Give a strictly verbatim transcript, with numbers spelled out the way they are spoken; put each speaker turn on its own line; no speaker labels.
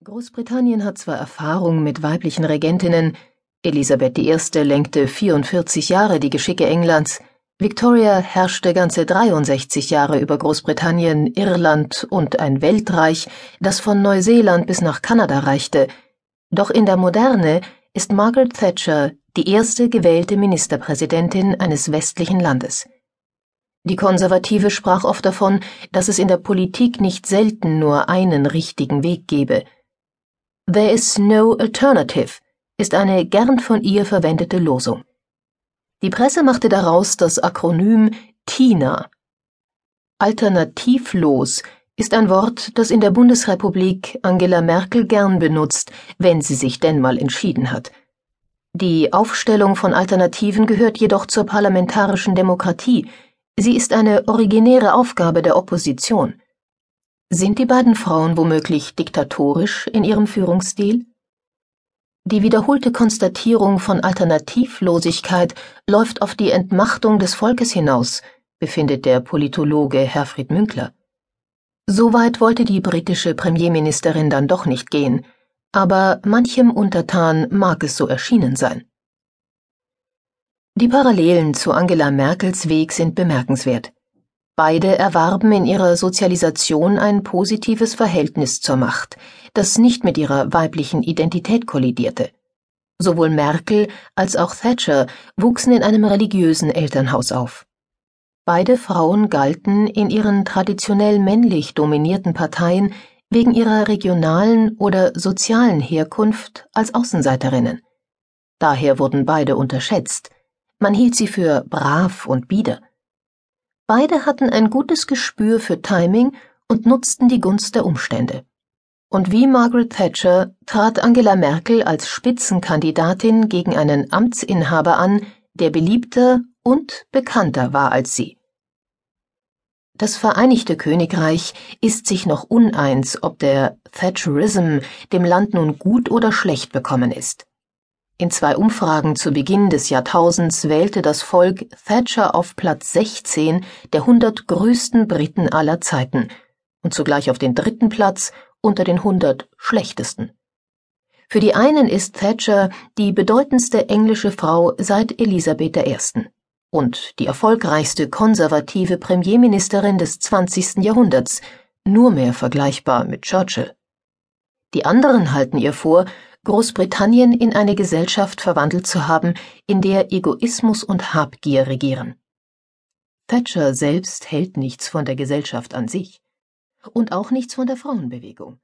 Großbritannien hat zwar Erfahrung mit weiblichen Regentinnen, Elisabeth die Erste lenkte vierundvierzig Jahre die Geschicke Englands, Victoria herrschte ganze dreiundsechzig Jahre über Großbritannien, Irland und ein Weltreich, das von Neuseeland bis nach Kanada reichte, doch in der Moderne ist Margaret Thatcher die erste gewählte Ministerpräsidentin eines westlichen Landes. Die Konservative sprach oft davon, dass es in der Politik nicht selten nur einen richtigen Weg gebe. There is no alternative ist eine gern von ihr verwendete Losung. Die Presse machte daraus das Akronym TINA. Alternativlos ist ein Wort, das in der Bundesrepublik Angela Merkel gern benutzt, wenn sie sich denn mal entschieden hat. Die Aufstellung von Alternativen gehört jedoch zur parlamentarischen Demokratie. Sie ist eine originäre Aufgabe der Opposition. Sind die beiden Frauen womöglich diktatorisch in ihrem Führungsstil? Die wiederholte Konstatierung von Alternativlosigkeit läuft auf die Entmachtung des Volkes hinaus, befindet der Politologe Herfried Münkler. Soweit wollte die britische Premierministerin dann doch nicht gehen, aber manchem Untertan mag es so erschienen sein. Die Parallelen zu Angela Merkels Weg sind bemerkenswert. Beide erwarben in ihrer Sozialisation ein positives Verhältnis zur Macht, das nicht mit ihrer weiblichen Identität kollidierte. Sowohl Merkel als auch Thatcher wuchsen in einem religiösen Elternhaus auf. Beide Frauen galten in ihren traditionell männlich dominierten Parteien wegen ihrer regionalen oder sozialen Herkunft als Außenseiterinnen. Daher wurden beide unterschätzt. Man hielt sie für brav und bieder. Beide hatten ein gutes Gespür für Timing und nutzten die Gunst der Umstände. Und wie Margaret Thatcher trat Angela Merkel als Spitzenkandidatin gegen einen Amtsinhaber an, der beliebter und bekannter war als sie. Das Vereinigte Königreich ist sich noch uneins, ob der Thatcherism dem Land nun gut oder schlecht bekommen ist. In zwei Umfragen zu Beginn des Jahrtausends wählte das Volk Thatcher auf Platz sechzehn der hundert größten Briten aller Zeiten und zugleich auf den dritten Platz unter den hundert schlechtesten. Für die einen ist Thatcher die bedeutendste englische Frau seit Elisabeth der Erste und die erfolgreichste konservative Premierministerin des zwanzigsten Jahrhunderts, nur mehr vergleichbar mit Churchill. Die anderen halten ihr vor, Großbritannien in eine Gesellschaft verwandelt zu haben, in der Egoismus und Habgier regieren. Thatcher selbst hält nichts von der Gesellschaft an sich und auch nichts von der Frauenbewegung.